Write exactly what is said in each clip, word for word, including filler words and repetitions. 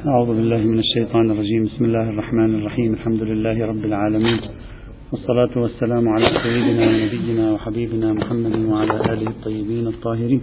أعوذ بالله من الشيطان الرجيم. بسم الله الرحمن الرحيم. الحمد لله رب العالمين، والصلاة والسلام على سيدنا ونبينا وحبيبنا محمد وعلى آله الطيبين الطاهرين.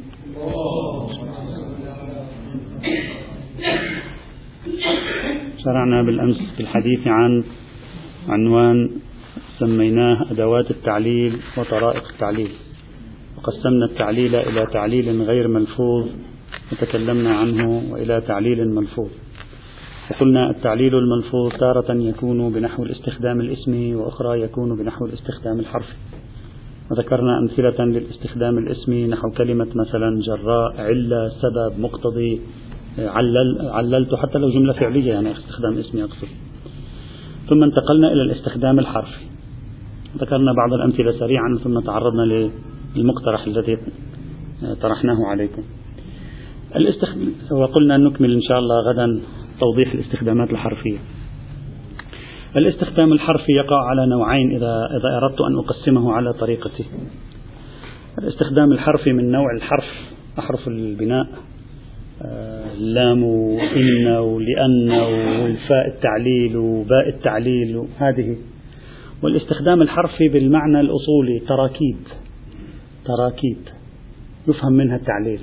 شرعنا بالأمس في الحديث عن عنوان سميناه أدوات التعليل وطرائق التعليل، وقسمنا التعليل إلى تعليل غير ملفوظ وتكلمنا عنه وإلى تعليل ملفوظ. وقلنا التعليل الملفوظ تارة يكون بنحو الاستخدام الاسمي، وأخرى يكون بنحو الاستخدام الحرفي، وذكرنا أمثلة للاستخدام الاسمي نحو كلمة مثلا جراء، علة، سبب، مقتضي، علل عللت، حتى لو جملة فعلية يعني استخدام اسمي أقصد. ثم انتقلنا إلى الاستخدام الحرفي، ذكرنا بعض الأمثلة سريعا ثم تعرضنا للمقترح الذي طرحناه عليكم. الاستخدام وقلنا نكمل إن شاء الله غدا توضيح الاستخدامات الحرفية. الاستخدام الحرفي يقع على نوعين إذا إذا أردت أن أقسمه على طريقته. الاستخدام الحرفي من نوع الحرف، أحرف البناء، اللام وإن ولأن والفاء التعليل وباء التعليل هذه. والاستخدام الحرفي بالمعنى الأصولي تراكيب، تراكيب يفهم منها التعليل.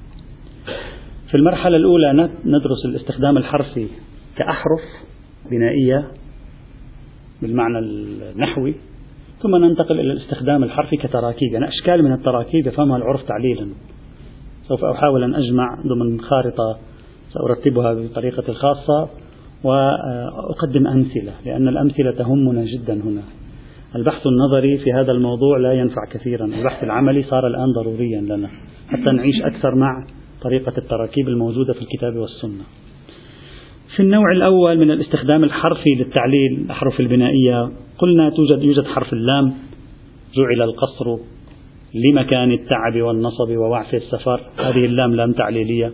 في المرحلة الأولى ندرس الاستخدام الحرفي كأحرف بنائية بالمعنى النحوي، ثم ننتقل إلى الاستخدام الحرفي كتراكيب، يعني أشكال من التراكيب يفهمها العرف تعليلا. سوف أحاول أن أجمع ضمن خارطة سأرتبها بطريقة خاصة وأقدم أمثلة، لأن الأمثلة تهمنا جدا هنا. البحث النظري في هذا الموضوع لا ينفع كثيرا، البحث العملي صار الآن ضروريا لنا حتى نعيش أكثر مع طريقة التراكيب الموجودة في الكتاب والسنة. في النوع الأول من الاستخدام الحرفي للتعليل الأحرف البنائية قلنا توجد يوجد حرف اللام، جعل القصر لمكان التعب والنصب ووعث السفر، هذه اللام لام تعليلية.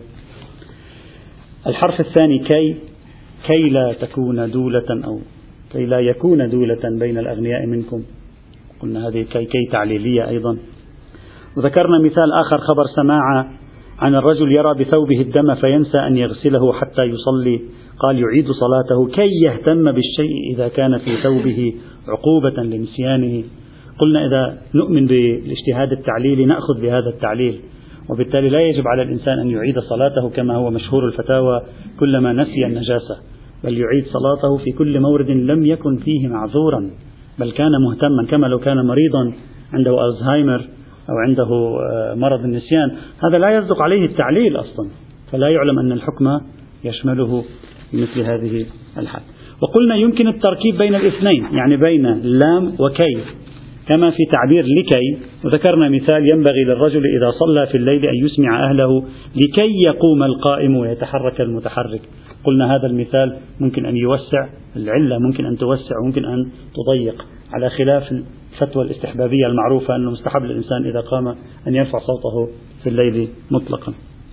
الحرف الثاني كي، كي لا تكون دولة أو كي لا يكون دولة بين الأغنياء منكم، قلنا هذه كي كي تعليلية أيضا. وذكرنا مثال آخر خبر سماعة عن الرجل يرى بثوبه الدم فينسى أن يغسله حتى يصلي، قال يعيد صلاته كي يهتم بالشيء إذا كان في ثوبه عقوبة لنسيانه. قلنا إذا نؤمن بالاجتهاد التعليلي نأخذ بهذا التعليل، وبالتالي لا يجب على الإنسان أن يعيد صلاته كما هو مشهور الفتاوى كلما نسي النجاسة، بل يعيد صلاته في كل مورد لم يكن فيه معذورا بل كان مهتما، كما لو كان مريضا عنده ألزهايمر أو عنده مرض النسيان، هذا لا يصدق عليه التعليل أصلا، فلا يعلم أن الحكم يشمله بمثل هذه الحال. وقلنا يمكن التركيب بين الاثنين، يعني بين اللام وكي، كما في تعبير لكي، وذكرنا مثال ينبغي للرجل إذا صلى في الليل أن يسمع أهله لكي يقوم القائم ويتحرك المتحرك. قلنا هذا المثال ممكن أن يوسع العلة، ممكن أن توسع وممكن أن تضيق، على خلاف الفتوى الاستحبابية المعروفة أنه مستحب للإنسان إذا قام أن يرفع صوته في الليل مطلقا.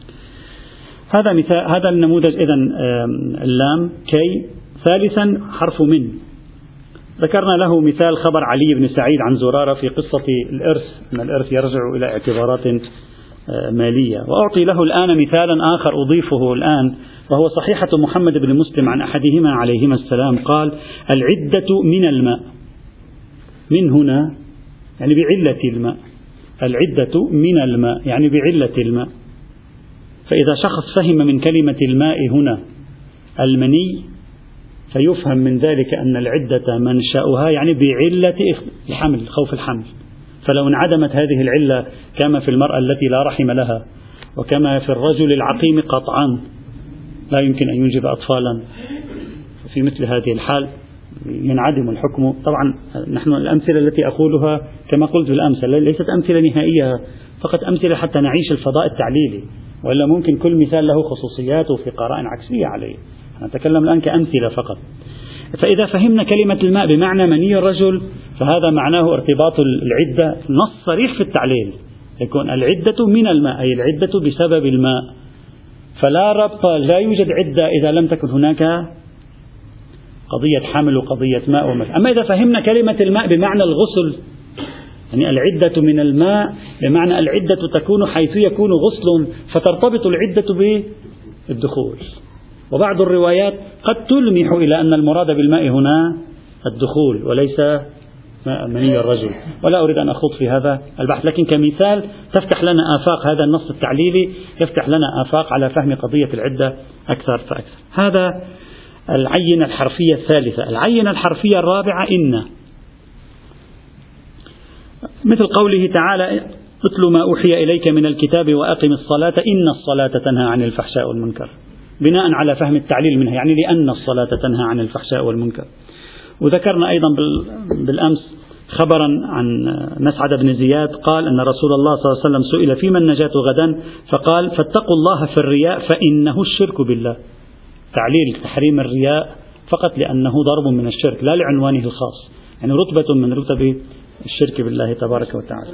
هذا مثال، هذا النموذج إذن اللام كي. ثالثا حرف من، ذكرنا له مثال خبر علي بن سعيد عن زرارة في قصة الإرث، أن الإرث يرجع إلى اعتبارات مالية. وأعطي له الآن مثالا آخر أضيفه الآن، وهو صحيحة محمد بن مسلم عن أحدهما عليهما السلام قال العدة من الماء، من هنا يعني بعلة الماء، العدة من الماء يعني بعلة الماء. فإذا شخص فهم من كلمة الماء هنا المني فيفهم من ذلك أن العدة منشأها يعني بعلة الحمل، خوف الحمل. فلو انعدمت هذه العلة كما في المرأة التي لا رحم لها وكما في الرجل العقيم قطعا لا يمكن أن ينجب أطفالا، في مثل هذه الحال ينعدم الحكم. طبعا نحن الأمثلة التي أقولها كما قلت بالأمس ليست أمثلة نهائية، فقط أمثلة حتى نعيش الفضاء التعليلي، وإلا ممكن كل مثال له خصوصياته في قرائن عكسية عليه. نتكلم الآن كأمثلة فقط. فإذا فهمنا كلمة الماء بمعنى مني الرجل فهذا معناه ارتباط العدة، نص صريح في التعليل، يكون العدة من الماء أي العدة بسبب الماء، فلا ربط، لا يوجد عدة إذا لم تكن هناك قضية حمل وقضية ماء وماء. أما إذا فهمنا كلمة الماء بمعنى الغسل، يعني العدة من الماء بمعنى العدة تكون حيث يكون غسل، فترتبط العدة بالدخول، وبعض الروايات قد تلمح إلى أن المراد بالماء هنا الدخول وليس مني الرجل، ولا أريد أن أخوض في هذا البحث، لكن كمثال تفتح لنا آفاق هذا النص التعليلي، يفتح لنا آفاق على فهم قضية العدة أكثر فأكثر. هذا العينة الحرفية الثالثة. العينة الحرفية الرابعة إن، مثل قوله تعالى اتل ما أوحي إليك من الكتاب وأقم الصلاة إن الصلاة تنهى عن الفحشاء والمنكر، بناء على فهم التعليل منها، يعني لأن الصلاة تنهى عن الفحشاء والمنكر. وذكرنا أيضا بالأمس خبرا عن مسعد بن زياد قال أن رسول الله صلى الله عليه وسلم سئل فيما النجاة غدا فقال فاتقوا الله في الرياء فإنه الشرك بالله. تعليل تحريم الرياء فقط لأنه ضرب من الشرك لا لعنوانه الخاص، يعني رتبة من رتب الشرك بالله تبارك وتعالى.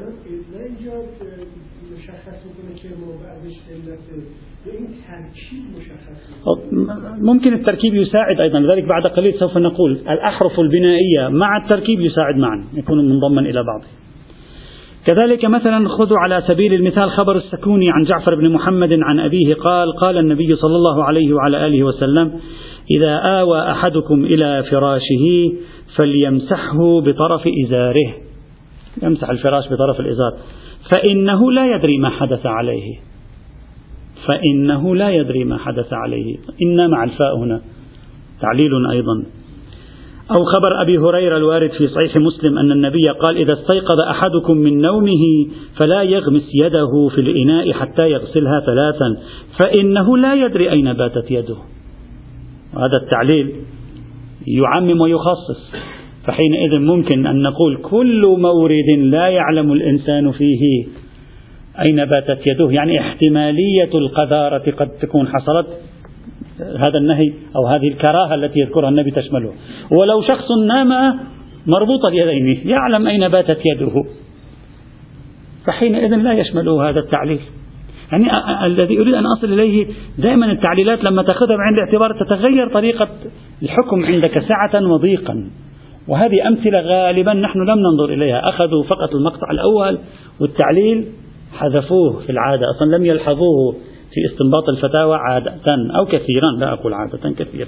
ممكن التركيب يساعد أيضا، لذلك بعد قليل سوف نقول الأحرف البنائية مع التركيب يساعد معا، يكون منضما إلى بعضه. كذلك مثلا خذوا على سبيل المثال خبر السكوني عن جعفر بن محمد عن أبيه قال قال النبي صلى الله عليه وعلى آله وسلم إذا آوى أحدكم إلى فراشه فليمسحه بطرف إزاره، يمسح الفراش بطرف الإزار، فإنه لا يدري ما حدث عليه، فإنه لا يدري ما حدث عليه، إن مع الفاء هنا تعليل أيضا. أو خبر أبي هريرة الوارد في صحيح مسلم أن النبي قال إذا استيقظ أحدكم من نومه فلا يغمس يده في الإناء حتى يغسلها ثلاثا فإنه لا يدري أين باتت يده. هذا التعليل يعمم ويخصص، فحينئذ ممكن أن نقول كل مورد لا يعلم الإنسان فيه أين باتت يده، يعني احتمالية القذارة قد تكون حصلت، هذا النهي أو هذه الكراهة التي يذكرها النبي تشمله. ولو شخص نام مربوط اليدين يعلم أين باتت يده، فحينئذ لا يشمله هذا التعليل. يعني الذي أريد أن أصل إليه دائما التعليلات لما تأخذها بعين الاعتبار تتغير طريقة الحكم عندك سعة وضيقا، وهذه أمثلة غالبا نحن لم ننظر إليها، أخذوا فقط المقطع الأول والتعليل حذفوه في العادة، أصلا لم يلحظوه في استنباط الفتاوى عادة أو كثيرا، لا أقول عادة كثيرا.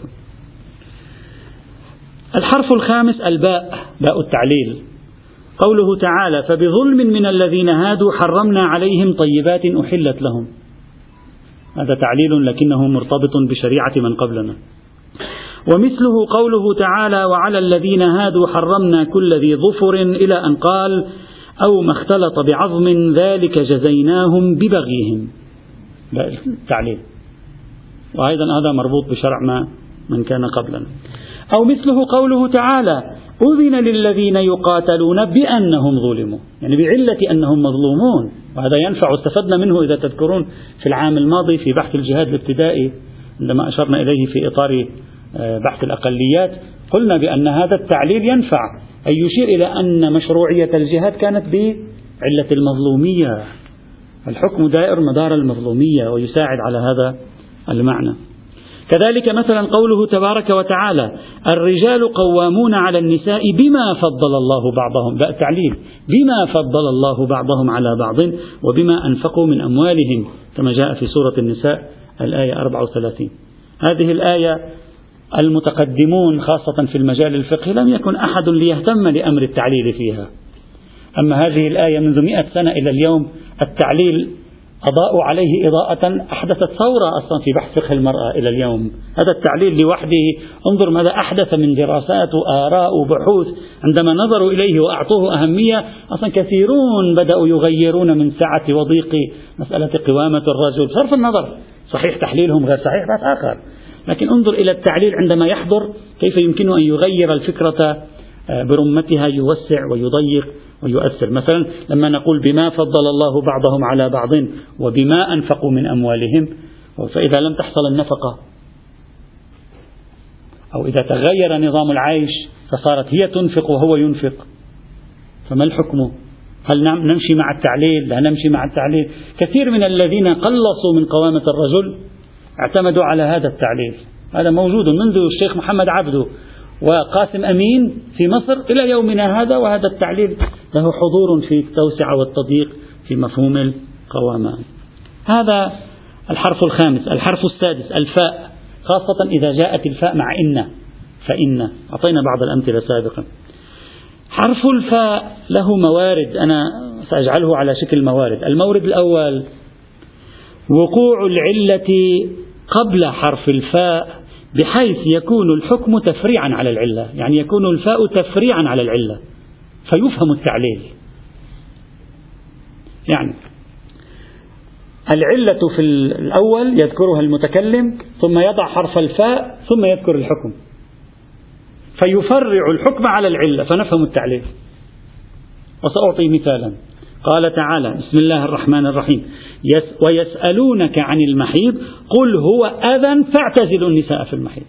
الحرف الخامس الباء، باء التعليل. قوله تعالى فبظلم من الذين هادوا حرمنا عليهم طيبات أحلت لهم، هذا تعليل لكنه مرتبط بشريعة من قبلنا. ومثله قوله تعالى وعلى الذين هادوا حرمنا كل ذي ظفر إلى أن قال أو ما اختلط بعظم ذلك جزيناهم ببغيهم، تعليل، وأيضا هذا مربوط بشرع ما من كان قبلنا. أو مثله قوله تعالى أذن للذين يقاتلون بأنهم ظلموا، يعني بعلة أنهم مظلومون، وهذا ينفع، استفدنا منه إذا تذكرون في العام الماضي في بحث الجهاد الابتدائي عندما أشرنا إليه في إطار بحث الأقليات، قلنا بأن هذا التعليل ينفع، أي يشير إلى أن مشروعية الجهاد كانت بعلة المظلومية، الحكم دائر مدار المظلومية ويساعد على هذا المعنى. كذلك مثلا قوله تبارك وتعالى الرجال قوامون على النساء بما فضل الله بعضهم، باء تعليل، بما فضل الله بعضهم على بعض وبما أنفقوا من أموالهم، كما جاء في سورة النساء الآية أربعة وثلاثين. هذه الآية المتقدمون خاصة في المجال الفقهي لم يكن أحد ليهتم لأمر التعليل فيها، أما هذه الآية منذ مئة سنة إلى اليوم التعليل أضاءوا عليه إضاءة أحدثت ثورة أصلا في بحث فقه المرأة إلى اليوم. هذا التعليل لوحده انظر ماذا أحدث من دراسات وآراء وبحوث، عندما نظروا إليه وأعطوه أهمية أصلا كثيرون بدأوا يغيرون من سعة وضيق مسألة قوامة الرجل، صرف النظر صحيح تحليلهم غير صحيح بس آخر، لكن انظر إلى التعليل عندما يحضر كيف يمكنه أن يغير الفكرة برمتها، يوسع ويضيق ويؤثر. مثلا لما نقول بما فضل الله بعضهم على بعض وبما أنفقوا من أموالهم، فإذا لم تحصل النفقة أو إذا تغير نظام العيش فصارت هي تنفق وهو ينفق، فما الحكم؟ هل نمشي مع التعليل؟ لا نمشي مع التعليل. كثير من الذين قلصوا من قوامة الرجل اعتمدوا على هذا التعليل، هذا موجود منذ الشيخ محمد عبده وقاسم أمين في مصر إلى يومنا هذا، وهذا التعليل له حضور في التوسعة والتضييق في مفهوم القوامة. هذا الحرف الخامس. الحرف السادس الفاء، خاصة إذا جاءت الفاء مع إن، فإن أعطينا بعض الأمثلة سابقا. حرف الفاء له موارد، أنا سأجعله على شكل موارد. المورد الأول وقوع العلة قبل حرف الفاء بحيث يكون الحكم تفريعا على العلة، يعني يكون الفاء تفريعا على العلة فيفهم التعليل. يعني العلة في الأول يذكرها المتكلم ثم يضع حرف الفاء ثم يذكر الحكم فيفرع الحكم على العلة فنفهم التعليل. وسأعطي مثالا. قال تعالى بسم الله الرحمن الرحيم يس ويسألونك عن المحيض قل هو أذى فاعتزلوا النساء في المحيض.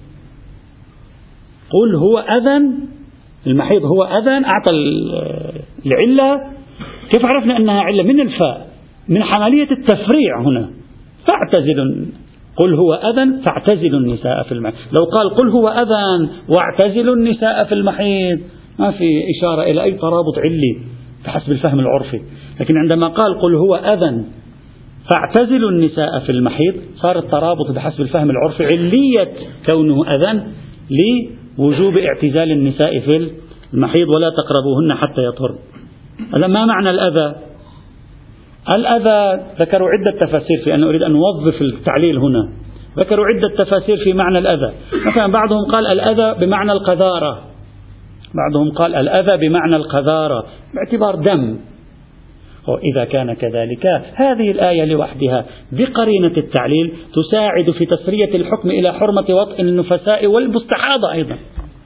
قل هو أذى، المحيض هو أذى، أعطى العلة. كيف عرفنا أنها علة؟ من الفاء، من عملية التفريع هنا. فاعتزلوا، قل هو أذى فاعتزلوا النساء في المحيض. لو قال قل هو أذى واعتزلوا النساء في المحيض ما في إشارة إلى أي ترابط علي بحسب الفهم العرفي. لكن عندما قال قل هو أذى فاعتزلوا النساء في المحيض صار الترابط بحسب الفهم العرفي علية كونه أذى لوجوب اعتزال النساء في المحيض ولا تقربوهن حتى يطهرن. ما معنى الأذى؟ الأذى ذكروا عدة تفاسير في أن أريد أن أوظف التعليل هنا. ذكروا عدة تفاسير في معنى الأذى. مثلا بعضهم قال الأذى بمعنى القذارة، بعضهم قال الأذى بمعنى القذارة باعتبار دم. وإذا كان كذلك هذه الآية لوحدها بقرينة التعليل تساعد في تسرية الحكم إلى حرمة وطئ النفساء والمستحاضة أيضا،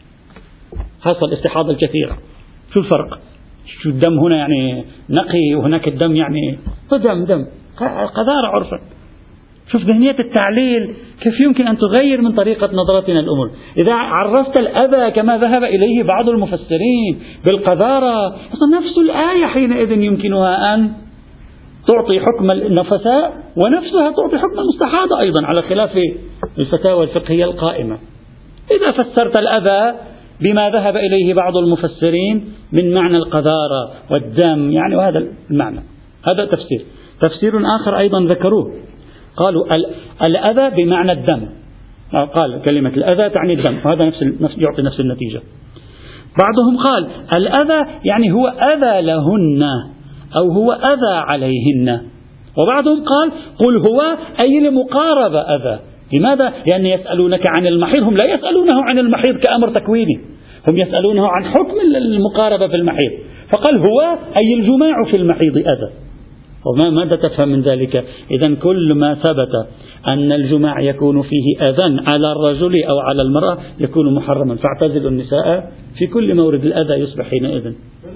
خاصة الاستحاضة الكثيرة. شو الفرق؟ شو الدم هنا يعني نقي وهناك الدم يعني دم دم قذارة عرفا. شوف ذهنية التعليل كيف يمكن أن تغير من طريقة نظرتنا الأمور. إذا عرفت الأذى كما ذهب إليه بعض المفسرين بالقذارة نفس الآية حينئذ يمكنها أن تعطي حكم النفساء ونفسها تعطي حكم المستحاضة أيضا على خلاف الفتاوى الفقهية القائمة. إذا فسرت الأذى بما ذهب إليه بعض المفسرين من معنى القذارة والدم يعني وهذا المعنى، هذا تفسير. تفسير آخر أيضا ذكروه قالوا الأذى بمعنى الدم، قال كلمة الأذى تعني الدم وهذا نفس يعطي نفس النتيجة. بعضهم قال الأذى يعني هو أذى لهن أو هو أذى عليهن. وبعضهم قال قل هو أي لمقاربة أذى. لماذا؟ لأن يسألونك عن المحيض، هم لا يسألونه عن المحيض كأمر تكويني، هم يسألونه عن حكم المقاربة في المحيض، فقال هو أي الجماع في المحيض أذى. وما ماذا تفهم من ذلك؟ إذن كل ما ثبت أن الجماع يكون فيه أذى على الرجل أو على المرأة يكون محرما، فاعتزلوا النساء في كل مورد الأذى يصبح حينئذ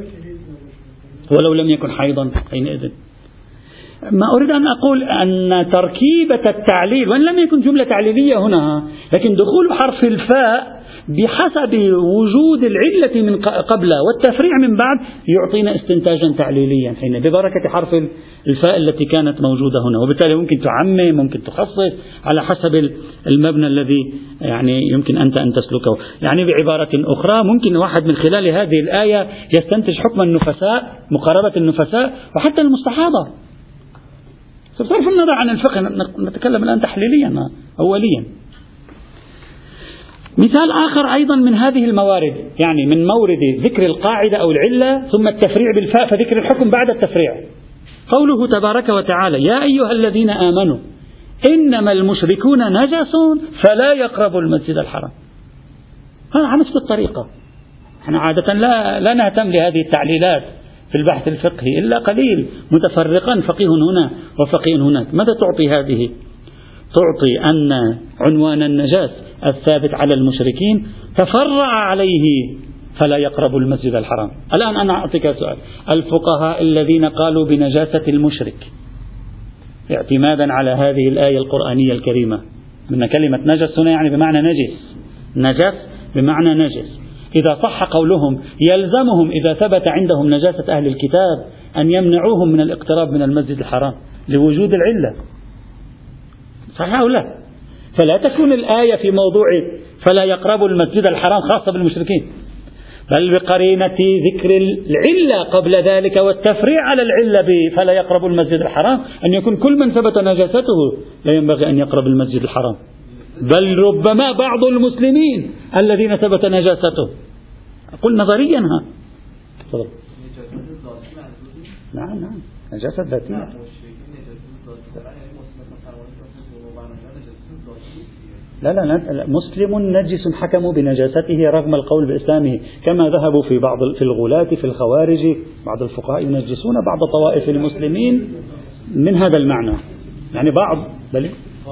ولو لم يكن حيضا حينئذ. ما أريد أن أقول أن تركيبة التعليل وإن لم يكن جملة تعليلية هنا، لكن دخول حرف الفاء بحسب وجود العلة من قبل والتفريع من بعد يعطينا استنتاجا تعليليا حين ببركة حرف الفاء التي كانت موجودة هنا. وبالتالي ممكن تعمم، ممكن تخصص على حسب المبنى الذي يعني يمكن أنت أن تسلكه. يعني بعبارة أخرى ممكن واحد من خلال هذه الآية يستنتج حكم النفساء، مقاربة النفساء وحتى المستحاضة. بصرف النظر عن الفقه نتكلم الآن تحليليا أوليا. مثال آخر أيضا من هذه الموارد، يعني من مورد ذكر القاعدة أو العلة ثم التفريع بالفاء فذكر الحكم بعد التفريع. قوله تبارك وتعالى يا أيها الذين آمنوا إنما المشركون نجس فلا يقربوا المسجد الحرام. هذا على نفس الطريقة. نحن عادة لا, لا نهتم لهذه التعليلات في البحث الفقهي إلا قليل، متفرقا فقيه هنا وفقيه هناك. ماذا تعطي هذه؟ تعطي أن عنوان النجاس الثابت على المشركين تفرع عليه فلا يقربوا المسجد الحرام. الآن أنا أعطيك سؤال، الفقهاء الذين قالوا بنجاسة المشرك اعتمادا على هذه الآية القرآنية الكريمة، من كلمة نجس هنا يعني بمعنى نجس، نجس بمعنى نجس، إذا صح قولهم يلزمهم إذا ثبت عندهم نجاسة أهل الكتاب أن يمنعوهم من الاقتراب من المسجد الحرام لوجود العلة، صحيح أو لا؟ فلا تكون الآية في موضوع فلا يقربوا المسجد الحرام خاصة بالمشركين، بل بقرينة ذكر العلة قبل ذلك والتفريع على العلة فلا يقربوا المسجد الحرام أن يكون كل من ثبت نجاسته لا ينبغي أن يقرب المسجد الحرام. بل ربما بعض المسلمين الذين ثبت نجاسته. أقول نظريا ها. تفضل. نعم نعم نجاسة ذاتية. لا لا لا مسلم نجس حكموا بنجاسته رغم القول بإسلامه، كما ذهبوا في بعض في الغلاة في الخوارج بعض الفقهاء ينجسون بعض طوائف المسلمين من هذا المعنى، يعني بعض بل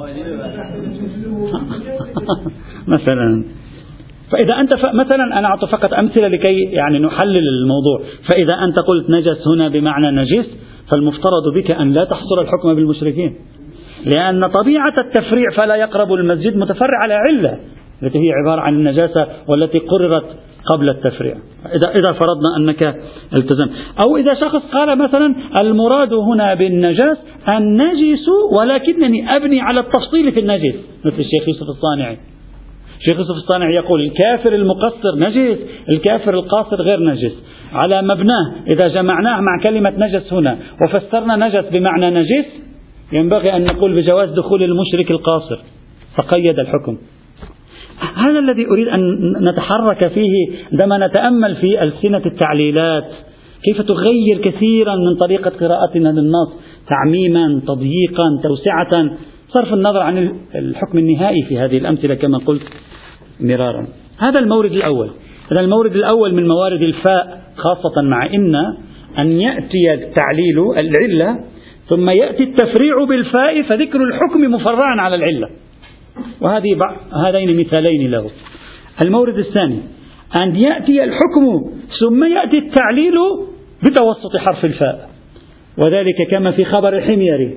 مثلا. فإذا أنت ف... مثلا أنا أعطي فقط أمثلة لكي يعني نحلل الموضوع. فإذا أنت قلت نجس هنا بمعنى نجس، فالمفترض بك أن لا تحصر الحكم بالمشركين، لأن طبيعة التفريع فلا يقرب المسجد متفرع على علة التي هي عبارة عن النجاسة والتي قررت قبل التفريع. إذا إذا فرضنا أنك التزم، أو إذا شخص قال مثلا المراد هنا بالنجاس النجس ولكنني أبني على التفصيل في النجس، مثل الشيخ يوسف الصانعي. الشيخ يوسف الصانعي يقول الكافر المقصر نجس، الكافر القاصر غير نجس، على مبناه إذا جمعناه مع كلمة نجس هنا وفسرنا نجس بمعنى نجس ينبغي أن نقول بجواز دخول المشرك القاصر، فقيد الحكم. هذا الذي أريد أن نتحرك فيه عندما نتأمل في ألسنة التعليلات، كيف تغير كثيرا من طريقة قراءتنا للنص، تعميما، تضييقا، توسعة، صرف النظر عن الحكم النهائي في هذه الأمثلة كما قلت مرارا. هذا المورد الأول. هذا المورد الأول من موارد الفاء، خاصة مع إن أن يأتي التعليل العلة ثم يأتي التفريع بالفاء فذكر الحكم مفرعا على العلة، وهذه هذين مثالين له. المورد الثاني أن يأتي الحكم ثم يأتي التعليل بتوسط حرف الفاء، وذلك كما في خبر الحميري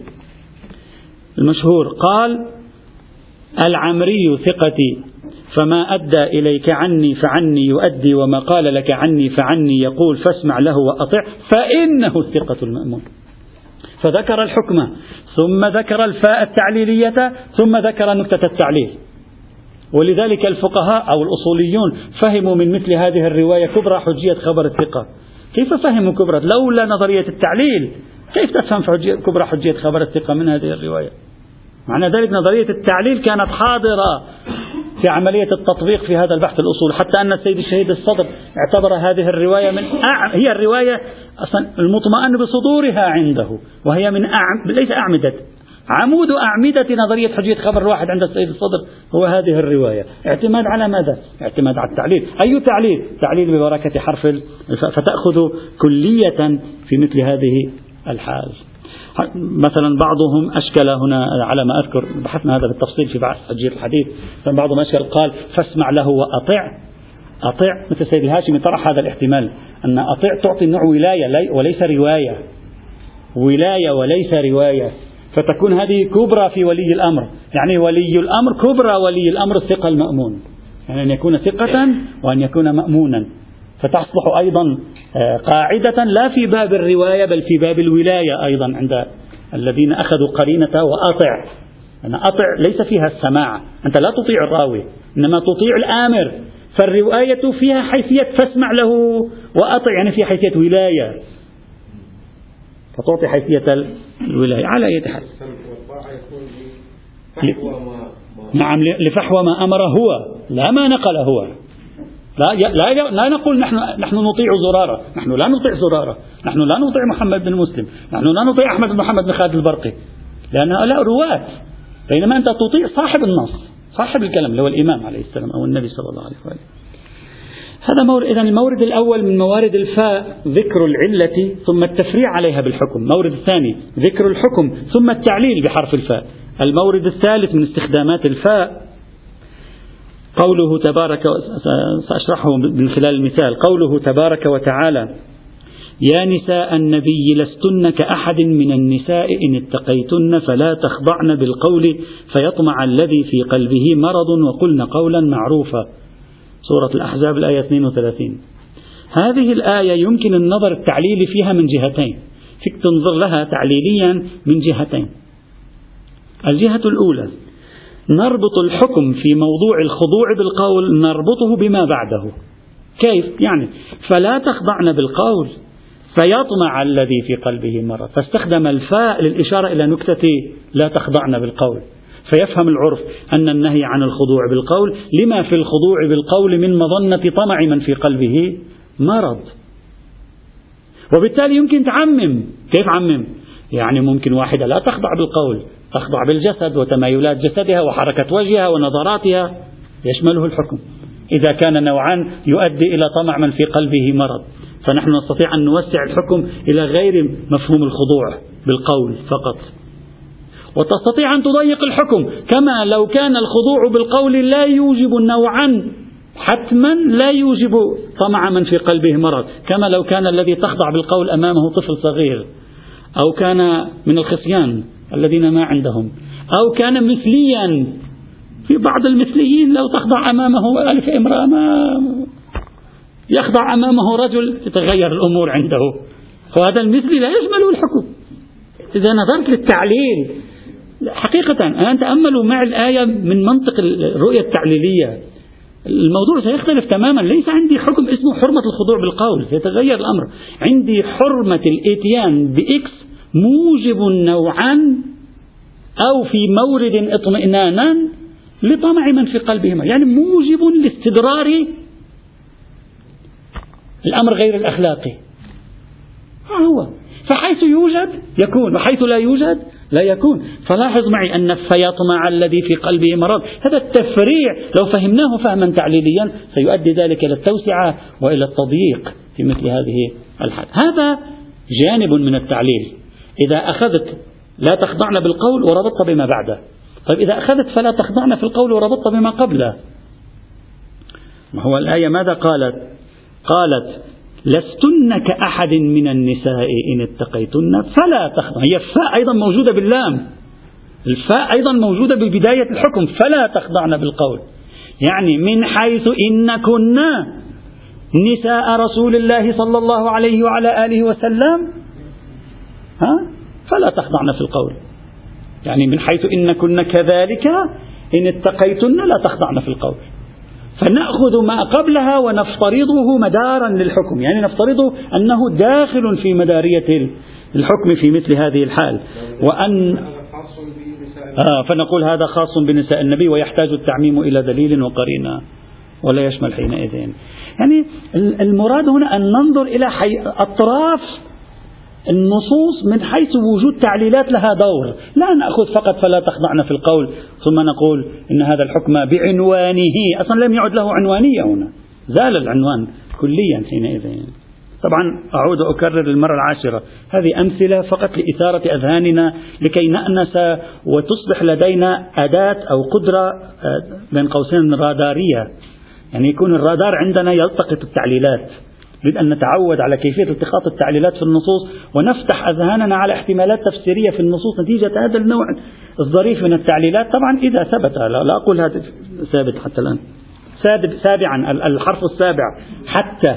المشهور قال العمري ثقتي فما أدى إليك عني فعني يؤدي وما قال لك عني فعني يقول فاسمع له وأطع فإنه الثقة المأمون. فذكر الحكم ثم ذكر الفاء التعليلية ثم ذكر نكتة التعليل. ولذلك الفقهاء أو الأصوليون فهموا من مثل هذه الرواية كبرى حجية خبر الثقة. كيف فهموا كبرى؟ لولا نظرية التعليل كيف تفهم كبرى حجية خبر الثقة من هذه الرواية؟ معنى ذلك نظرية التعليل كانت حاضرة في عملية التطبيق في هذا البحث الأصول، حتى أن السيد الشهيد الصدر اعتبر هذه الرواية من أع... هي الرواية أصلا المطمئن بصدورها عنده، وهي من أعم... ليس أعمدة، عمود أعمدة نظرية حجية خبر الواحد عند السيد الصدر هو هذه الرواية. اعتماد على ماذا؟ اعتماد على التعليل. أي تعليل؟ تعليل ببركة حرف الفاء، فتأخذ كلية في مثل هذه الحال. مثلا بعضهم أشكل هنا على ما أذكر، بحثنا هذا بالتفصيل في بعض تسجيل الحديث، بعضهم أشكل قال فاسمع له وأطع. أطع مثل السيد الهاشمي طرح هذا الاحتمال أن أطع تعطي النوع ولاية وليس رواية، ولاية وليس رواية، فتكون هذه كبرى في ولي الأمر، يعني ولي الأمر كبرى ولي الأمر الثقة المأمون، يعني أن يكون ثقة وأن يكون مأمونا، فتصبح أيضا قاعدة لا في باب الرواية بل في باب الولاية أيضا عند الذين أخذوا قرينة وأطع. أنا أطع ليس فيها السماع، أنت لا تطيع الراوي إنما تطيع الآمر، فالرواية فيها حيثية فاسمع له وأطع، يعني فيها حيثية ولاية، فتعطي حيثية الولاية على أي حال. نعم لفحوى ما أمر هو لا ما نقل هو. لا لا لا نقول نحن نحن نطيع زرارة، نحن لا نطيع زرارة، نحن لا نطيع محمد بن مسلم، نحن لا نطيع أحمد بن محمد بن خالد البرقي، لأن هؤلاء رواة، بينما أنت تطيع صاحب النص، صاحب الكلام اللي هو الإمام عليه السلام أو النبي صلى الله عليه وسلم. هذا مورد. إذن المورد الأول من موارد الفاء ذكر العلة ثم التفريع عليها بالحكم. المورد الثاني ذكر الحكم ثم التعليل بحرف الفاء. المورد الثالث من استخدامات الفاء قوله تبارك، سأشرحه من خلال المثال، قوله تبارك وتعالى يا نساء النبي لستن كأحد من النساء إن اتقيتن فلا تخضعن بالقول فيطمع الذي في قلبه مرض وقلن قولا معروفا. سورة الأحزاب الآية اثنين وثلاثين. هذه الآية يمكن النظر التعليلي فيها من جهتين، فيك تنظر لها تعليليا من جهتين. الجهة الأولى نربط الحكم في موضوع الخضوع بالقول نربطه بما بعده. كيف؟ يعني فلا تخضعن بالقول فيطمع الذي في قلبه مرض، فاستخدم الفاء للإشارة إلى نكتة لا تخضعن بالقول، فيفهم العرف أن النهي عن الخضوع بالقول لما في الخضوع بالقول من مظنة طمع من في قلبه مرض. وبالتالي يمكن تعمم. كيف عمم؟ يعني ممكن واحدة لا تخضع بالقول، تخضع بالجسد وتمايلات جسدها وحركة وجهها ونظراتها، يشمله الحكم إذا كان نوعا يؤدي إلى طمع من في قلبه مرض. فنحن نستطيع أن نوسع الحكم إلى غير مفهوم الخضوع بالقول فقط، وتستطيع أن تضيق الحكم كما لو كان الخضوع بالقول لا يوجب نوعا حتما لا يوجب طمع من في قلبه مرض، كما لو كان الذي تخضع بالقول أمامه طفل صغير، أو كان من الخصيان الذين ما عندهم، أو كان مثليا. في بعض المثليين لو تخضع أمامه ألف امرأة ما يخضع أمامه رجل تتغير الأمور عنده، وهذا المثلي لا يشمله الحكم. إذا نظرت للتعليل حقيقة أنا تأملوا مع الآية من منطق الرؤية التعليلية، الموضوع سيختلف تماما. ليس عندي حكم اسمه حرمة الخضوع بالقول، سيتغير الأمر. عندي حرمة الإتيان بإكس موجب نوعا أو في مورد اطمئنانا لطمع من في قلبهما، يعني موجب لاستدرار الأمر غير الأخلاقي. هو فحيث يوجد يكون، وحيث لا يوجد لا يكون. فلاحظ معي أن فيطمع الذي في قلبه مرض، هذا التفريع لو فهمناه فهما تعليليا سيؤدي ذلك إلى التوسعة وإلى التضييق في مثل هذه الحال. هذا جانب من التعليل. إذا أخذت لا تخضعن بالقول وربطت بما بعده، طيب إذا أخذت فلا تخضعن في القول وربطت بما قبله، ما هو الآية ماذا قالت؟ قالت لستن كأحد من النساء إن اتقيتن فلا تخضعن. هي الفاء أيضا موجودة باللام، الفاء أيضا موجودة ببداية الحكم، فلا تخضعن بالقول، يعني من حيث إن كنا نساء رسول الله صلى الله عليه وعلى آله وسلم ها فلا تخضعن في القول، يعني من حيث إن كنا كذلك إن اتقيتن لا تخضعن في القول. فنأخذ ما قبلها ونفترضه مدارا للحكم، يعني نفترضه أنه داخل في مدارية الحكم في مثل هذه الحال، وأن آه فنقول هذا خاص بنساء النبي ويحتاج التعميم إلى دليل وقرينة ولا يشمل حينئذ. يعني المراد هنا أن ننظر إلى أطراف النصوص من حيث وجود تعليلات لها دور، لا نأخذ فقط فلا تخضعن في القول ثم نقول إن هذا الحكم بعنوانه أصلا لم يعد له عنوانية، هنا زال العنوان كليا حينئذ. طبعا أعود أكرر المرة العاشرة، هذه أمثلة فقط لإثارة أذهاننا لكي نأنس وتصبح لدينا أداة أو قدرة بين قوسين رادارية، يعني يكون الرادار عندنا يلتقط التعليلات. نريد أن نتعود على كيفية التقاط التعليلات في النصوص ونفتح أذهاننا على احتمالات تفسيرية في النصوص نتيجة هذا النوع الظريف من التعليلات. طبعا إذا ثبت، لا, لا أقول هذا ثابت حتى الآن. سابعا الحرف السابع حتى،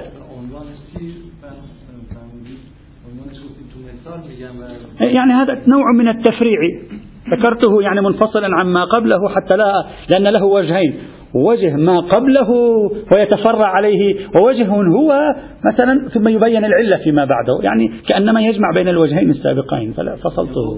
يعني هذا نوع من التفريع ذكرته يعني منفصلا عما قبله حتى لا، لأن له وجهين، وجه ما قبله ويتفرع عليه، ووجه هو مثلا ثم يبين العلة فيما بعده، يعني كأنما يجمع بين الوجهين السابقين فلا فصلته.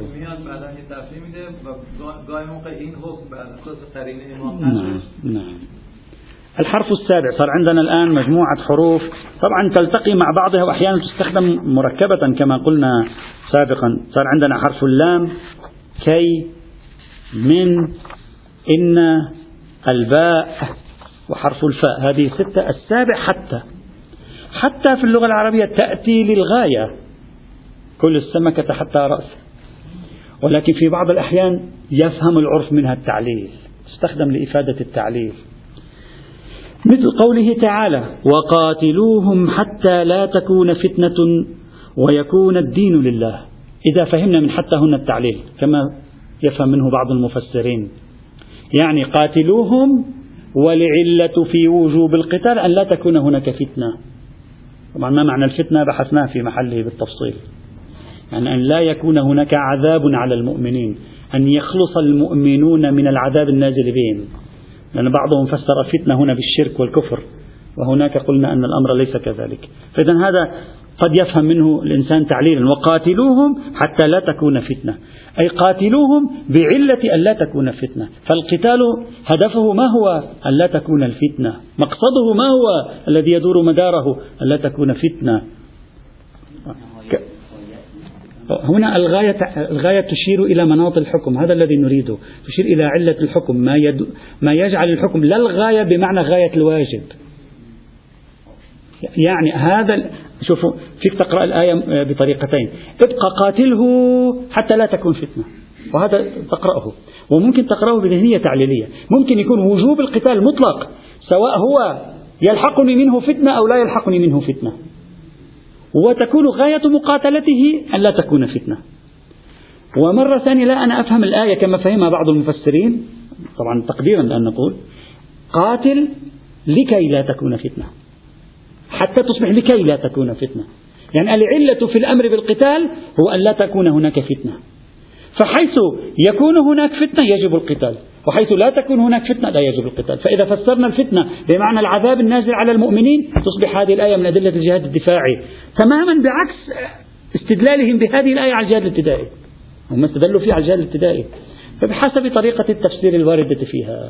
نعم نعم. الحرف السابع صار عندنا الآن مجموعة حروف طبعا تلتقي مع بعضها وأحيانا تستخدم مركبة كما قلنا سابقا. صار عندنا حرف اللام، كي، من، إن، الباء، وحرف الفاء، هذه ستة. السابع حتى. حتى في اللغة العربية تأتي للغاية، كل السمكة حتى رأس، ولكن في بعض الأحيان يفهم العرف منها التعليل، تستخدم لإفادة التعليل، مثل قوله تعالى وقاتلوهم حتى لا تكون فتنة ويكون الدين لله. إذا فهمنا من حتى هنا التعليل كما يفهم منه بعض المفسرين، يعني قاتلوهم ولعلة في وجوب القتال أن لا تكون هناك فتنة. طبعا ما معنى الفتنة بحثناه في محله بالتفصيل، يعني أن لا يكون هناك عذاب على المؤمنين، أن يخلص المؤمنون من العذاب النازل بهم، لأن بعضهم فسر فتنة هنا بالشرك والكفر، وهناك قلنا أن الأمر ليس كذلك. فإذا هذا قد يفهم منه الإنسان تعليلا، وقاتلوهم حتى لا تكون فتنة، أي قاتلوهم بعلة أن لا تكون فتنة. فالقتال هدفه ما هو؟ أن لا تكون الفتنة، مقصده ما هو الذي يدور مداره؟ أن لا تكون فتنة. هنا الغاية الغاية تشير إلى مناط الحكم، هذا الذي نريده، تشير إلى علة الحكم، ما يد ما يجعل الحكم لا الغاية بمعنى غاية الواجب. يعني هذا، شوفوا، فيك تقرأ الآية بطريقتين: ابقى قاتله حتى لا تكون فتنة، وهذا تقرأه. وممكن تقرأه بذهنية تعليلية، ممكن يكون وجوب القتال مطلق، سواء هو يلحقني منه فتنة أو لا يلحقني منه فتنة، وتكون غاية مقاتلته أن لا تكون فتنة. ومرة ثانية لا أنا أفهم الآية كما فهمها بعض المفسرين، طبعا تقديرا لأن نقول قاتل لكي لا تكون فتنة، حتى تصبح لكي لا تكون فتنة. يعني العلة في الأمر بالقتال هو أن لا تكون هناك فتنة، فحيث يكون هناك فتنة يجب القتال، وحيث لا تكون هناك فتنة لا يجب القتال. فإذا فسرنا الفتنة بمعنى العذاب النازل على المؤمنين تصبح هذه الآية من أدلة الجهاد الدفاعي، تماما بعكس استدلالهم بهذه الآية على الجهاد الابتدائي. هم استدلوا فيها على الجهاد الابتدائي فبحسب طريقة التفسير الواردة فيها.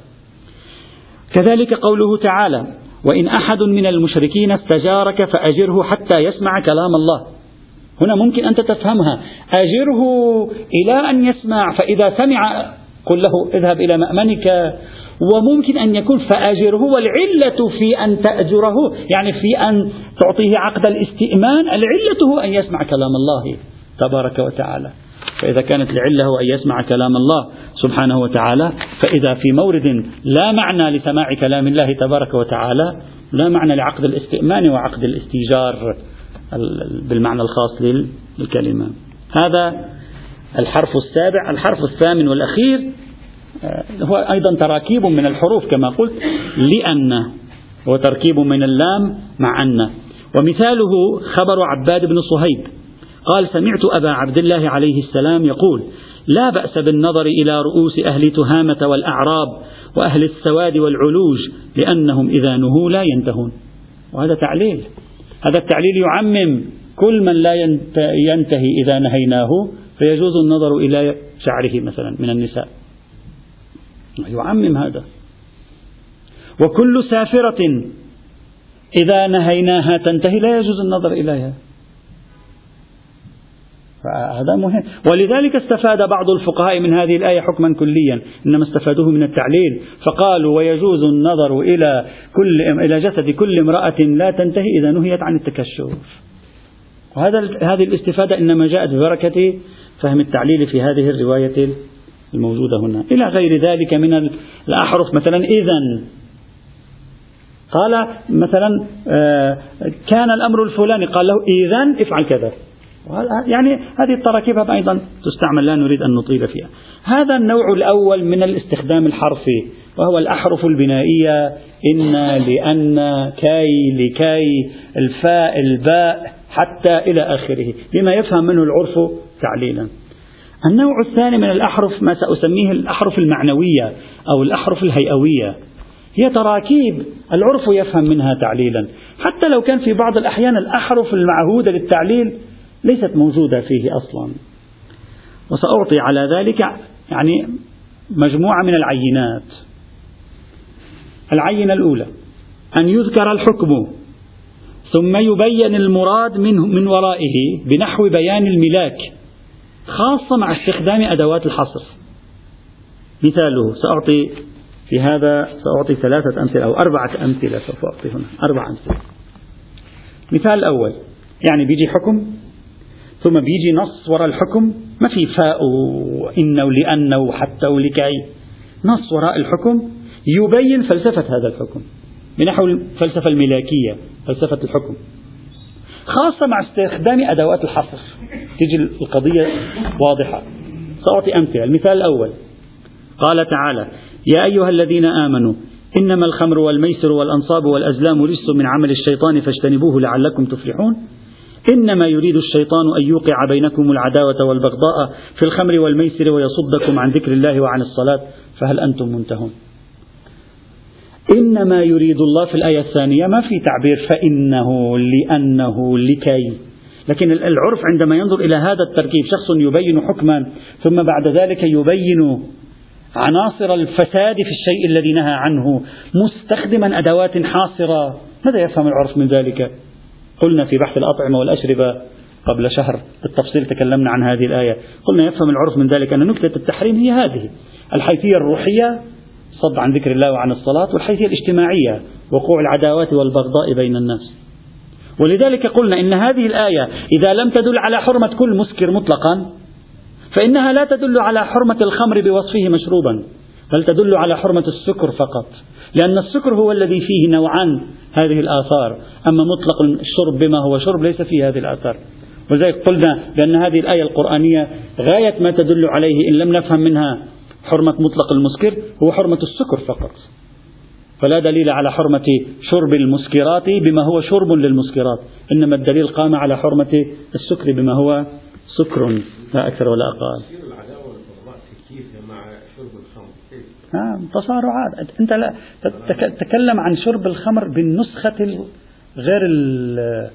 كذلك قوله تعالى: وإن أحد من المشركين استجارك فأجره حتى يسمع كلام الله. هنا ممكن أنت تفهمها أجره إلى أن يسمع، فإذا سمع قل له اذهب إلى مأمنك. وممكن أن يكون فأجره والعلة في أن تأجره يعني في أن تعطيه عقد الاستئمان، العلة هو أن يسمع كلام الله تبارك وتعالى. فإذا كانت العلة هو أن يسمع كلام الله سبحانه وتعالى، فإذا في مورد لا معنى لسماع كلام الله تبارك وتعالى لا معنى لعقد الاستئمان وعقد الاستيجار بالمعنى الخاص للكلمة. هذا الحرف السابع. الحرف الثامن والأخير هو أيضا تراكيب من الحروف كما قلت، لأن هو تركيب من اللام مع أن. ومثاله خبر عباد بن صهيب قال: سمعت أبا عبد الله عليه السلام يقول: لا بأس بالنظر إلى رؤوس أهل تهامة والأعراب وأهل السواد والعلوج لأنهم إذا نهوا لا ينتهون. وهذا تعليل، هذا التعليل يعمم كل من لا ينتهي إذا نهيناه، فيجوز النظر إلى شعره مثلا من النساء، يعمم هذا. وكل سافرة إذا نهيناها تنتهي لا يجوز النظر إليها، هذا مهم. ولذلك استفاد بعض الفقهاء من هذه الآية حكما كليا، إنما استفادوه من التعليل، فقالوا: ويجوز النظر إلى كل إلى جسد كل امرأة لا تنتهي إذا نهيت عن التكشف. وهذا هذه الاستفادة إنما جاءت ببركة فهم التعليل في هذه الرواية الموجودة هنا. إلى غير ذلك من الأحرف، مثلا إذن قال مثلا كان الأمر الفلاني، قال له إذن افعل كذا. يعني هذه التراكيب أيضا تستعمل، لا نريد أن نطيل فيها. هذا النوع الأول من الاستخدام الحرفي، وهو الأحرف البنائية: إن، لأن، كي، لكي، الفاء، الباء، حتى إلى آخره، بما يفهم منه العرف تعليلا. النوع الثاني من الأحرف ما سأسميه الأحرف المعنوية أو الأحرف الهيئوية، هي تراكيب العرف يفهم منها تعليلا، حتى لو كان في بعض الأحيان الأحرف المعهودة للتعليل ليست موجودة فيه أصلا. وسأعطي على ذلك يعني مجموعة من العينات. العينة الأولى: أن يذكر الحكم ثم يبين المراد منه من ورائه بنحو بيان الملاك، خاصة مع استخدام أدوات الحصر. مثاله سأعطي في هذا سأعطي ثلاثة أمثلة أو أربعة أمثلة، سوف أعطي هنا أربع أمثلة. مثال الأول: يعني بيجي حكم ثم بيجي نص وراء الحكم، ما في فاء وإن ولأن وحتى ولكي، نص وراء الحكم يبين فلسفة هذا الحكم بنحو الفلسفة الملاكية، فلسفة الحكم، خاصة مع استخدام أدوات الحصر، تجي القضية واضحة. سأعطي أمثلة. المثال الأول: قال تعالى: يا أيها الذين آمنوا إنما الخمر والميسر والأنصاب والأزلام رجس من عمل الشيطان فاجتنبوه لعلكم تفلحون. إنما يريد الشيطان أن يوقع بينكم العداوة والبغضاء في الخمر والميسر ويصدكم عن ذكر الله وعن الصلاة فهل أنتم منتهون. إنما يريد الله في الآية الثانية ما في تعبير فإنه، لأنه، لكي، لكن العرف عندما ينظر إلى هذا التركيب، شخص يبين حكما ثم بعد ذلك يبين عناصر الفساد في الشيء الذي نهى عنه مستخدما أدوات حاصرة، ماذا يفهم العرف من ذلك؟ قلنا في بحث الأطعمة والأشربة قبل شهر بالتفصيل تكلمنا عن هذه الآية، قلنا يفهم العرف من ذلك أن نكتة التحريم هي هذه الحيثية الروحية، صد عن ذكر الله وعن الصلاة، والحيثية الاجتماعية، وقوع العداوات والبغضاء بين الناس. ولذلك قلنا إن هذه الآية إذا لم تدل على حرمة كل مسكر مطلقا فإنها لا تدل على حرمة الخمر بوصفه مشروبا، بل تدل على حرمة السكر فقط، لأن السكر هو الذي فيه نوعان هذه الآثار، أما مطلق الشرب بما هو شرب ليس فيه هذه الآثار. وذلك قلنا بأن هذه الآية القرآنية غاية ما تدل عليه إن لم نفهم منها حرمة مطلق المسكر هو حرمة السكر فقط، فلا دليل على حرمة شرب المسكرات بما هو شرب للمسكرات، إنما الدليل قام على حرمة السكر بما هو سكر لا أكثر ولا أقل. نعم تصارعات. أنت لا تتكلم عن شرب الخمر بالنسخة غير ال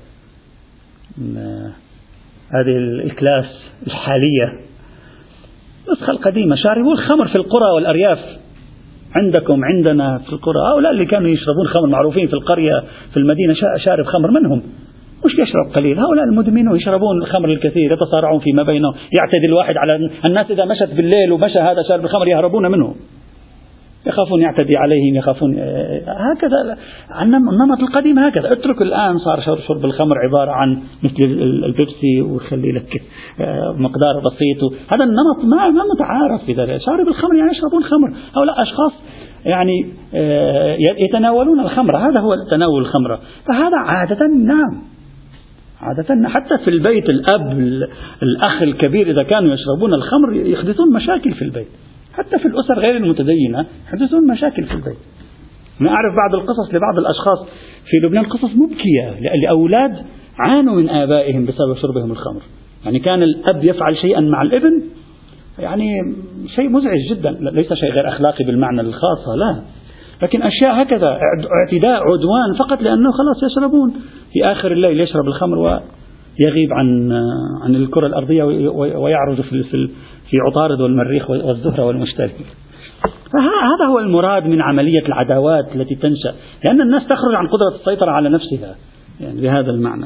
هذه الكلاس الحالية، النسخة القديمة شاربوا الخمر في القرى والأرياف، عندكم عندنا في القرى هؤلاء اللي كانوا يشربون خمر معروفين في القرية في المدينة، شارب خمر منهم مش يشرب قليل، هؤلاء المدمنون يشربون الخمر الكثير، يتصارعون فيما بينهم، يعتدي الواحد على الناس، إذا مشت بالليل ومشى هذا شارب الخمر يهربون منه، يخافون يعتدي عليهم، يخافون هكذا. عن النمط القديم هكذا، اترك الآن صار شرب الخمر عبارة عن مثل البيبسي ويخلي لك مقدار بسيط، هذا النمط ما ما متعارف في ذلك. شارب الخمر يعني يشربون خمر، هؤلاء أشخاص يعني يتناولون الخمر، هذا هو تناول الخمر، فهذا عادة نعم عادة حتى في البيت الأب الأخ الكبير إذا كانوا يشربون الخمر يحدثون مشاكل في البيت، حتى في الأسر غير المتدينة يحدثون مشاكل في البيت. أنا أعرف بعض القصص لبعض الأشخاص في لبنان، قصص مبكية لأولاد عانوا من آبائهم بسبب شربهم الخمر، يعني كان الأب يفعل شيئا مع الابن يعني شيء مزعج جدا، ليس شيء غير أخلاقي بالمعنى الخاص لا، لكن أشياء هكذا اعتداء عدوان فقط لأنه خلاص يشربون في آخر الليل، يشرب الخمر ويغيب عن عن الكرة الأرضية ويعرج في في عطارد والمريخ والزهرة والمشتري. فهذا هو المراد من عملية العداوات التي تنشأ، لأن الناس تخرج عن قدرة السيطرة على نفسها يعني بهذا المعنى.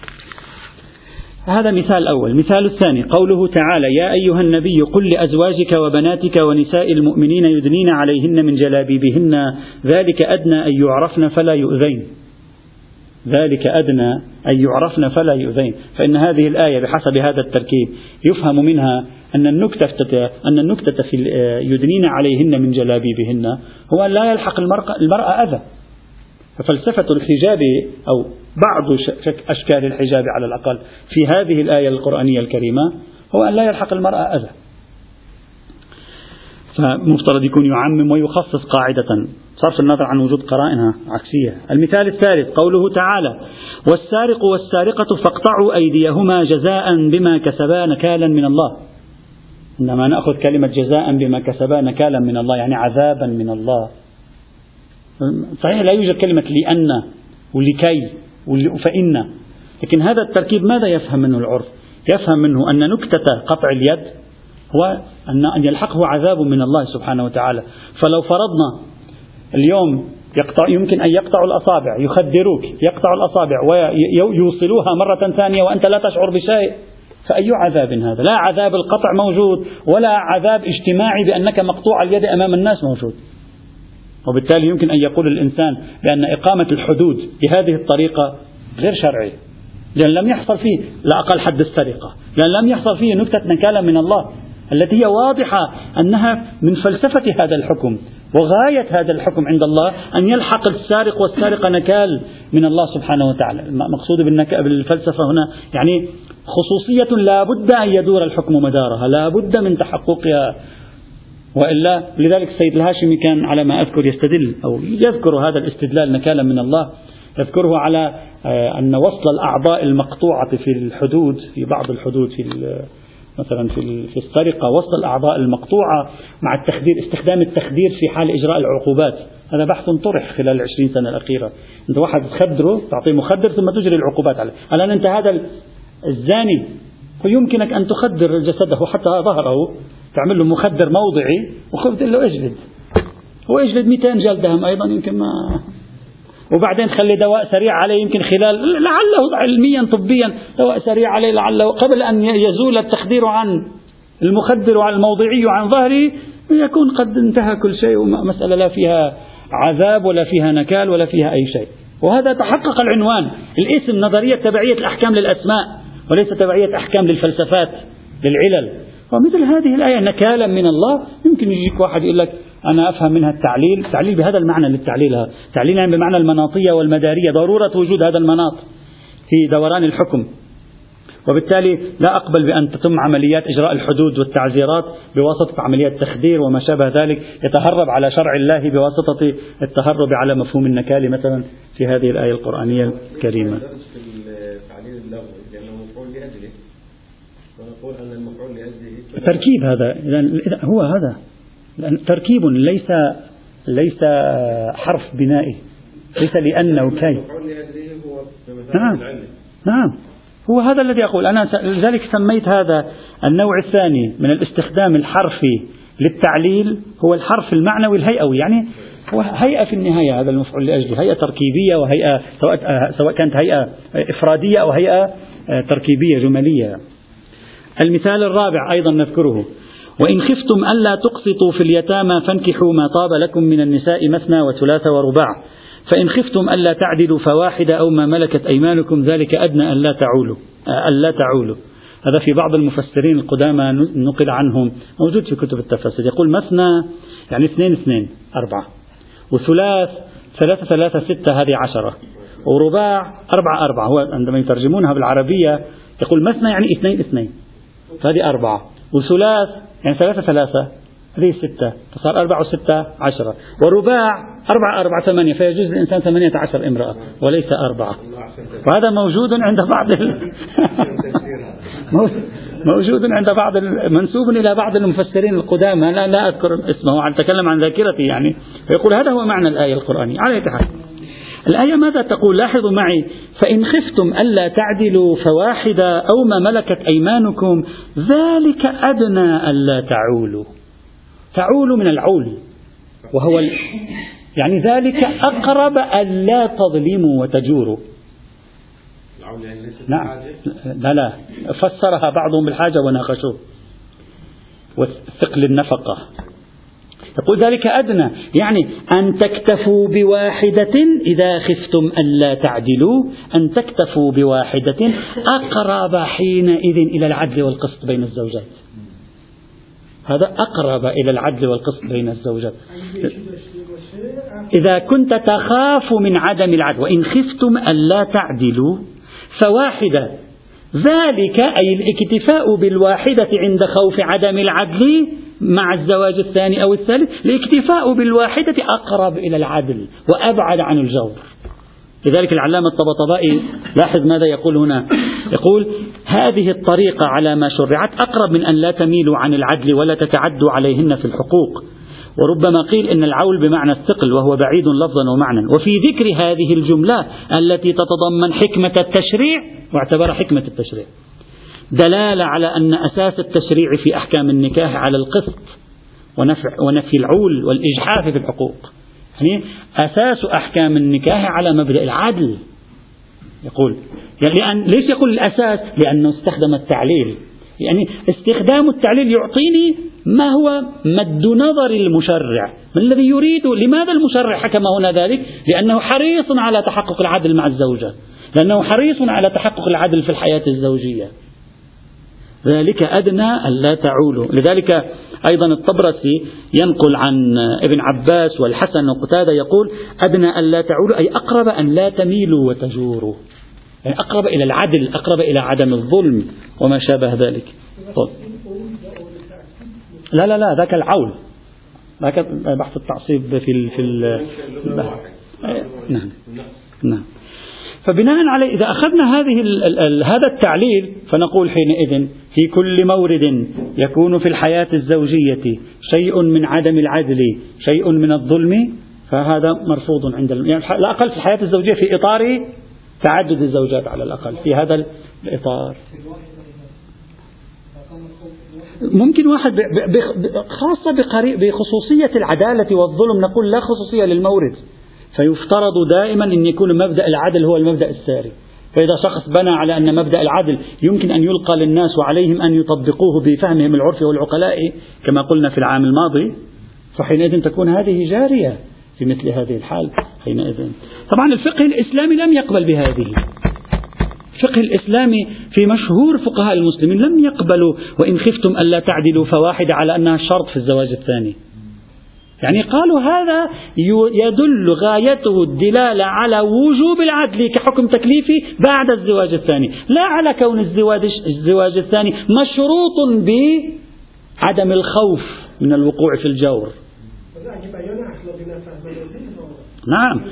هذا مثال أول. مثال الثاني قوله تعالى: يا أيها النبي قل لأزواجك وبناتك ونساء المؤمنين يدنين عليهن من جلابيبهن ذلك أدنى أن يعرفن فلا يؤذين. ذلك أدنى أن يعرفن فلا يؤذين، فإن هذه الآية بحسب هذا التركيب يفهم منها أن النكتة أن النكتة في يدنين عليهن من جلابيبهن هو أن لا يلحق المرأة أذى. ففلسفة الحجاب أو بعض أشكال الحجاب على الأقل في هذه الآية القرآنية الكريمة هو أن لا يلحق المرأة أذى، فمفترض يكون يعمم ويخصص قاعدة صرف النظر عن وجود قرائنها عكسية. المثال الثالث قوله تعالى: والسارق والسارقة فاقطعوا أيديهما جزاء بما كسبا نكالا من الله. عندما نأخذ كلمة جزاء بما كسبا نكالا من الله يعني عذابا من الله، صحيح لا يوجد كلمة لأن ولكي فإن، لكن هذا التركيب ماذا يفهم منه العرف؟ يفهم منه أن نكتة قطع اليد هو أن يلحقه عذاب من الله سبحانه وتعالى. فلو فرضنا اليوم يقطع يمكن أن يقطعوا الأصابع، يخدروك يقطعوا الأصابع ويوصلوها مرة ثانية وأنت لا تشعر بشيء، فأي عذاب هذا؟ لا عذاب القطع موجود ولا عذاب اجتماعي بأنك مقطوع اليد أمام الناس موجود. وبالتالي يمكن أن يقول الإنسان بأن إقامة الحدود بهذه الطريقة غير شرعي، لأن لم يحصل فيه لا أقل حد السرقة، لأن لم يحصل فيه نكتة نكالا من الله التي هي واضحة أنها من فلسفة هذا الحكم، وغاية هذا الحكم عند الله أن يلحق السارق والسارقة نكال من الله سبحانه وتعالى. المقصود بالفلسفة هنا يعني خصوصية لا بد أن يدور الحكم مدارها، لا بد من تحققها، وإلا لذلك السيد الهاشمي كان على ما أذكر يستدل أو يذكر هذا الاستدلال نكالا من الله، يذكره على أن وصل الأعضاء المقطوعة في الحدود في بعض الحدود في مثلا في في السرقة وصل الأعضاء المقطوعة مع التخدير، استخدام التخدير في حال إجراء العقوبات. هذا بحث طرح خلال العشرين سنة الأخيرة. أنت واحد تخدره تعطيه مخدر ثم تجري العقوبات عليه. الآن أنت هذا الزاني ويمكنك أن تخدر جسده حتى ظهره، تعمل له مخدر موضعي وخذ له اجلد، هو اجلد مئتين جلدهم أيضا يمكن ما، وبعدين خلي دواء سريع عليه يمكن خلال لعله علميا طبيا دواء سريع عليه لعله قبل أن يزول التخدير عن المخدر وعن الموضعي عن ظهره يكون قد انتهى كل شيء، ومسألة لا فيها عذاب ولا فيها نكال ولا فيها أي شيء. وهذا تحقق العنوان، الاسم نظرية تبعية الأحكام للأسماء وليس تبعية أحكام للفلسفات للعلل. ومثل هذه الآية نكالا من الله، يمكن يجيك واحد يقول لك أنا أفهم منها التعليل، تعليل بهذا المعنى للتعليل، تعليل يعني بمعنى المناطية والمدارية، ضرورة وجود هذا المناط في دوران الحكم، وبالتالي لا أقبل بأن تتم عمليات إجراء الحدود والتعزيرات بواسطة عمليات تخدير وما شابه ذلك، يتهرب على شرع الله بواسطة التهرب على مفهوم النكال مثلا في هذه الآية القرآنية الكريمة. تركيب هذا هو هذا تركيب ليس ليس حرف بنائي، ليس لأنه كي. نعم نعم هو هذا الذي أقول أنا، لذلك سميت هذا النوع الثاني من الاستخدام الحرفي للتعليل هو الحرف المعنوي الهيئوي، يعني هو هيئة في النهاية، هذا المفعول لأجله هيئة تركيبية، وهيئة سواء سواء كانت هيئة إفرادية أو هيئة تركيبية جملية. المثال الرابع أيضا نذكره: وإن خفتم ألا تقسطوا في اليتامى فانكحوا ما طاب لكم من النساء مثنى وثلاث ورباع فإن خفتم ألا تعدلوا فواحدة أو ما ملكت أيمانكم ذلك أدنى ألا تعولوا ألا تعولوا. هذا في بعض المفسرين القدامى نقل عنهم، موجود في كتب التفسير، يقول مثنى يعني اثنين اثنين أربعة، وثلاث ثلاثة ثلاثة ستة هذه عشرة، ورباع أربعة أربعة. هو عندما يترجمونها بالعربية يقول مثنى يعني اثنين اثنين هذه أربعة، وثلاث يعني ثلاثة ثلاثة هذه ستة، فصار أربعة وستة عشرة، ورباع أربعة أربعة ثمانية، فيجوز الإنسان ثمانية عشر امرأة وليس أربعة. وهذا موجود عند بعض ال... موجود عند بعض منسوب إلى بعض المفسرين القدامى، لا, لا أذكر اسمه، أتكلم عن ذاكرتي يعني، فيقول هذا هو معنى الآية القرآنية. على أي حال الآية ماذا تقول؟ لاحظوا معي: فإن خفتم ألا تعدلوا فواحدة أو ما ملكت أيمانكم ذلك أدنى ألا تعولوا. تعولوا من العول، وهو ال... يعني ذلك أقرب ألا تظلموا وتجوروا. نعم لا لا فسرها بعضهم بالحاجة وناقشوه، وثقل النفقة. يقول ذلك أدنى يعني أن تكتفوا بواحدة إذا خفتم ألا تعدلوا، أن تكتفوا بواحدة أقرب حينئذ إلى العدل والقسط بين الزوجات. هذا أقرب إلى العدل والقسط بين الزوجات. إذا كنت تخاف من عدم العدل، وإن خفتم ألا تعدلوا فواحدة، ذلك أي الاكتفاء بالواحدة عند خوف عدم العدل مع الزواج الثاني أو الثالث، الاكتفاء بالواحدة أقرب إلى العدل وأبعد عن الجور. لذلك العلامة الطبطبائي لاحظ ماذا يقول هنا، يقول هذه الطريقة على ما شرعت أقرب من أن لا تميلوا عن العدل ولا تتعدوا عليهن في الحقوق. وربما قيل إن العول بمعنى الثقل وهو بعيد لفظا ومعنى. وفي ذكر هذه الجملة التي تتضمن حكمة التشريع، واعتبر حكمة التشريع دلالة على أن أساس التشريع في أحكام النكاح على القسط ونفي العول والإجحاف في الحقوق. يعني أساس أحكام النكاح على مبدأ العدل. يقول يعني لأن ليش يقول الأساس؟ لأنه استخدم التعليل، يعني استخدام التعليل يعطيني ما هو مد نظر المشرع، ما الذي يريد. لماذا المشرع حكم هنا ذلك؟ لأنه حريص على تحقق العدل مع الزوجة، لأنه حريص على تحقق العدل في الحياة الزوجية. ذلك أدنى ألا تعولوا. لذلك أيضا الطبرسي ينقل عن ابن عباس والحسن وقتادة يقول أدنى ألا تعولوا أي أقرب أن لا تميلوا وتجوروا، يعني أقرب إلى العدل، أقرب إلى عدم الظلم وما شابه ذلك. طب. لا لا لا ذاك العول، ذاك بحث التعصيب في ال في ال نعم نعم. فبناء عليه إذا أخذنا هذه ال ال ال هذا التعليل فنقول حينئذ في كل مورد يكون في الحياة الزوجية شيء من عدم العدل، شيء من الظلم، فهذا مرفوض عند يعني لا أقل في الحياة الزوجية في إطار تعدد الزوجات على الأقل في هذا الإطار. ممكن واحد خاصة بخصوصية العدالة والظلم نقول لا خصوصية للمورد، فيفترض دائما أن يكون مبدأ العدل هو المبدأ الساري. فإذا شخص بنى على أن مبدأ العدل يمكن أن يلقى للناس وعليهم أن يطبقوه بفهمهم العرفي والعقلاء كما قلنا في العام الماضي، فحينئذ تكون هذه جارية في مثل هذه الحال. حينئذ طبعا الفقه الإسلامي لم يقبل بهذه. الفقه الإسلامي في مشهور فقهاء المسلمين لم يقبلوا وإن خفتم ألا تعدلوا فواحدة على أنها شرط في الزواج الثاني. يعني قالوا هذا يدل غايته الدلالة على وجوب العدل كحكم تكليفي بعد الزواج الثاني، لا على كون الزواج, الزواج الثاني مشروط بعدم الخوف من الوقوع في الجور. نعم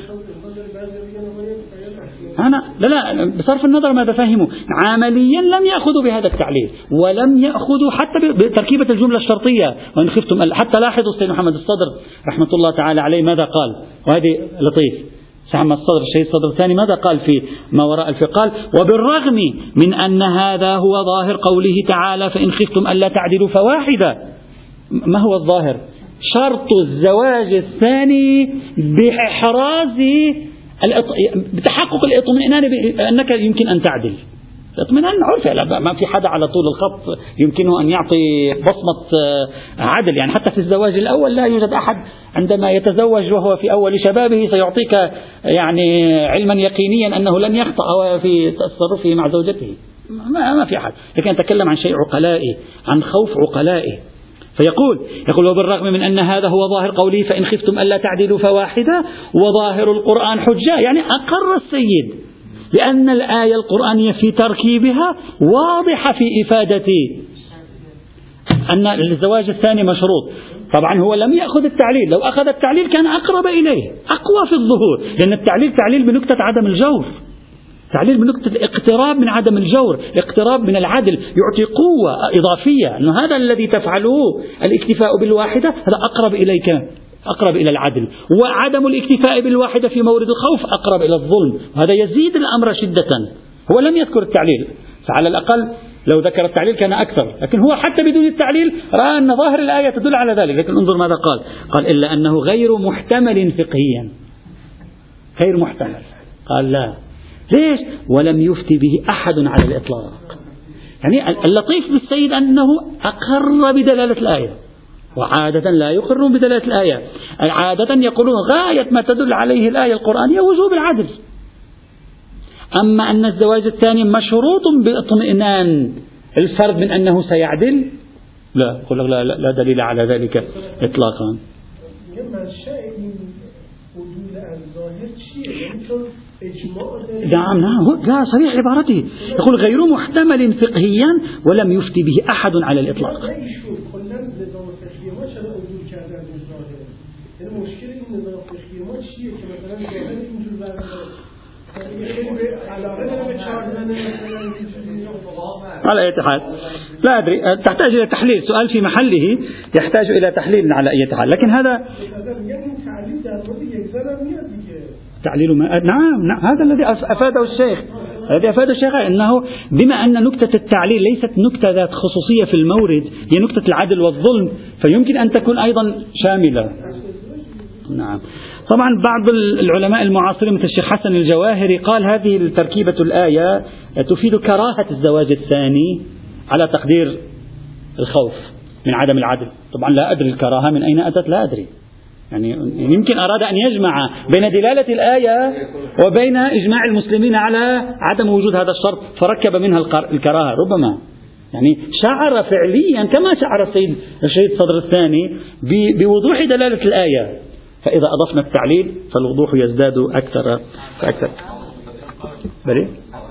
أنا لا لا بصرف النظر ماذا فهموا عمليا لم يأخذوا بهذا التعليل، ولم يأخذوا حتى بتركيبة الجملة الشرطية وإن خفتم. حتى لاحظوا السيد محمد الصدر رحمة الله تعالى عليه ماذا قال، وهذه لطيف. السيد محمد الصدر الشهيد الصدر الثاني ماذا قال في ما وراء الفقه؟ قال وبالرغم من أن هذا هو ظاهر قوله تعالى فإن خفتم ألا تعدلوا فواحدة. ما هو الظاهر؟ شرط الزواج الثاني بإحراز بتحقق الاطمئنان بأنك يمكن أن تعدل. الاطمئنان عرفي، ما في حدا على طول الخط يمكنه أن يعطي بصمة عدل. يعني حتى في الزواج الأول لا يوجد أحد عندما يتزوج وهو في أول شبابه سيعطيك يعني علما يقينيا أنه لن يخطأ في تصرفه مع زوجته، ما في أحد. لكن أتكلم عن شيء عقلائي، عن خوف عقلائي. فيقول يقول وبالرغم من أن هذا هو ظاهر قوله فإن خفتم ألا تعدلوا فواحدة وظاهر القرآن حجة، يعني أقر السيد لأن الآية القرآنية في تركيبها واضحة في إفادة أن الزواج الثاني مشروط. طبعا هو لم يأخذ التعليل، لو أخذ التعليل كان أقرب إليه أقوى في الظهور، لأن التعليل تعليل بنكتة عدم الجور، تعليل بنقطة الاقتراب من عدم الجور، الاقتراب من العدل، يعطي قوة إضافية أنه هذا الذي تفعله الاكتفاء بالواحدة هذا أقرب إليك، أقرب إلى العدل، وعدم الاكتفاء بالواحدة في مورد الخوف أقرب إلى الظلم، وهذا يزيد الأمر شدة. هو لم يذكر التعليل، فعلى الأقل لو ذكر التعليل كان أكثر، لكن هو حتى بدون التعليل رأى أن ظاهر الآية تدل على ذلك. لكن انظر ماذا قال، قال إلا أنه غير محتمل فقهيا، غير محتمل. قال لا، ليش؟ ولم يفتي به أحد على الإطلاق. يعني اللطيف بالسيد أنه أقر بدلالة الآية، وعادة لا يقرون بدلالة الآية، عادة يقولون غاية ما تدل عليه الآية القرآنية وجوب العدل. أما أن الزواج الثاني مشروط باطمئنان الفرد من أنه سيعدل، لا، يقول لا, لا, لا دليل على ذلك إطلاقا. نعم نعم لا صريح عبارته، يقول غير محتمل فقهيا ولم يفتي به أحد على الإطلاق. على أي حال لا أدري، تحتاج إلى تحليل، سؤال في محله يحتاج إلى تحليل على أي حال. لكن هذا تعليل ما نعم نعم هذا الذي أفاده الشيخ، الذي أفاده الشيخ أنه بما أن نكتة التعليل ليست نكتة ذات خصوصية في المورد، هي نكتة العدل والظلم، فيمكن أن تكون أيضا شاملة. نعم طبعا بعض العلماء المعاصرين مثل الشيخ حسن الجواهري قال هذه التركيبة الآية تفيد كراهة الزواج الثاني على تقدير الخوف من عدم العدل. طبعا لا أدري الكراهة من أين أتت، لا أدري، يعني يمكن أراد أن يجمع بين دلالة الآية وبين إجماع المسلمين على عدم وجود هذا الشرط فركب منها الكراهة، ربما يعني شعر فعليا كما شعر السيد الشهيد صدر الثاني بوضوح دلالة الآية، فإذا أضفنا التعليل فالوضوح يزداد أكثر فأكثر. بلي؟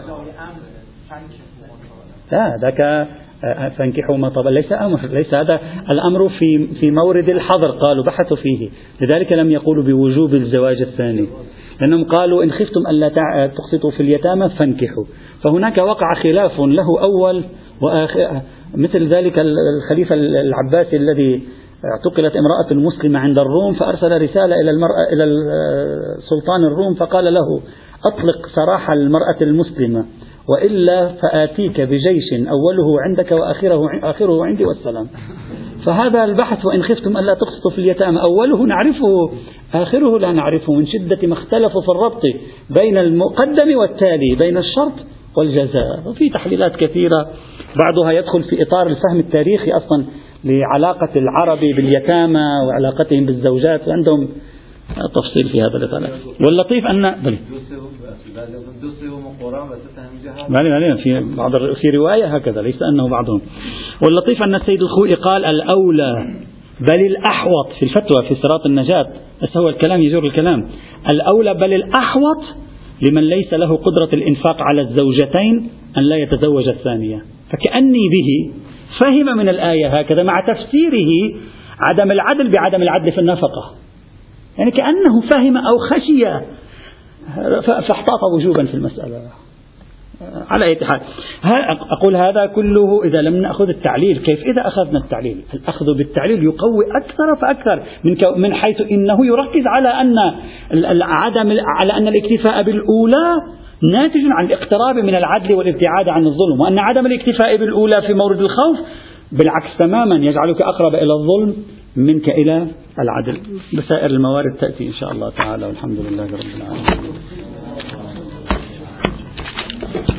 لا ذاك فانكحوا ما طاب، ليس أمر، ليس هذا الأمر في في مورد الحظر، قالوا بحثوا فيه، لذلك لم يقولوا بوجوب الزواج الثاني، لأنهم قالوا إن خفتم ألا تقسطوا في اليتامى فانكحوا، فهناك وقع خلاف له أول وآخر، مثل ذلك الخليفة العباسي الذي اعتقلت امرأة مسلمة عند الروم فأرسل رسالة إلى المرأة إلى سلطان الروم فقال له أطلق سراح المرأة المسلمة وإلا فآتيك بجيش أوله عندك وآخره آخره عندي والسلام. فهذا البحث وإن خفتم ألا تقسطوا في اليتامى أوله نعرفه آخره لا نعرفه، من شدة ما اختلفوا في الربط بين المقدم والتالي، بين الشرط والجزاء. وفي تحليلات كثيرة بعضها يدخل في إطار الفهم التاريخي أصلا لعلاقة العرب باليتامى وعلاقتهم بالزوجات، وعندهم تفصيل في هذا الإطار. واللطيف أن بلي بلي في بعض في رواية هكذا، ليس أنه بعضهم. واللطيف أن السيد الخوئي قال الأولى بل الأحوط في الفتوى في صراط النجاة، بس هو الكلام يجر الكلام، الأولى بل الأحوط لمن ليس له قدرة الإنفاق على الزوجتين أن لا يتزوج الثانية. فكأني به فهم من الآية هكذا مع تفسيره عدم العدل بعدم العدل في النفقة، يعني كأنه فهم أو خشي فاحتاط وجوبا في المسألة. على أي حال أقول هذا كله إذا لم نأخذ التعليل. كيف إذا أخذنا التعليل؟ الأخذ بالتعليل يقوي أكثر فأكثر من من حيث إنه يركز على أن العدم على أن الاكتفاء بالأولى ناتج عن الاقتراب من العدل والابتعاد عن الظلم، وأن عدم الاكتفاء بالأولى في مورد الخوف بالعكس تماما يجعلك أقرب إلى الظلم منك إلى العدل. بسائر الموارد تأتي إن شاء الله تعالى، والحمد لله رب العالمين.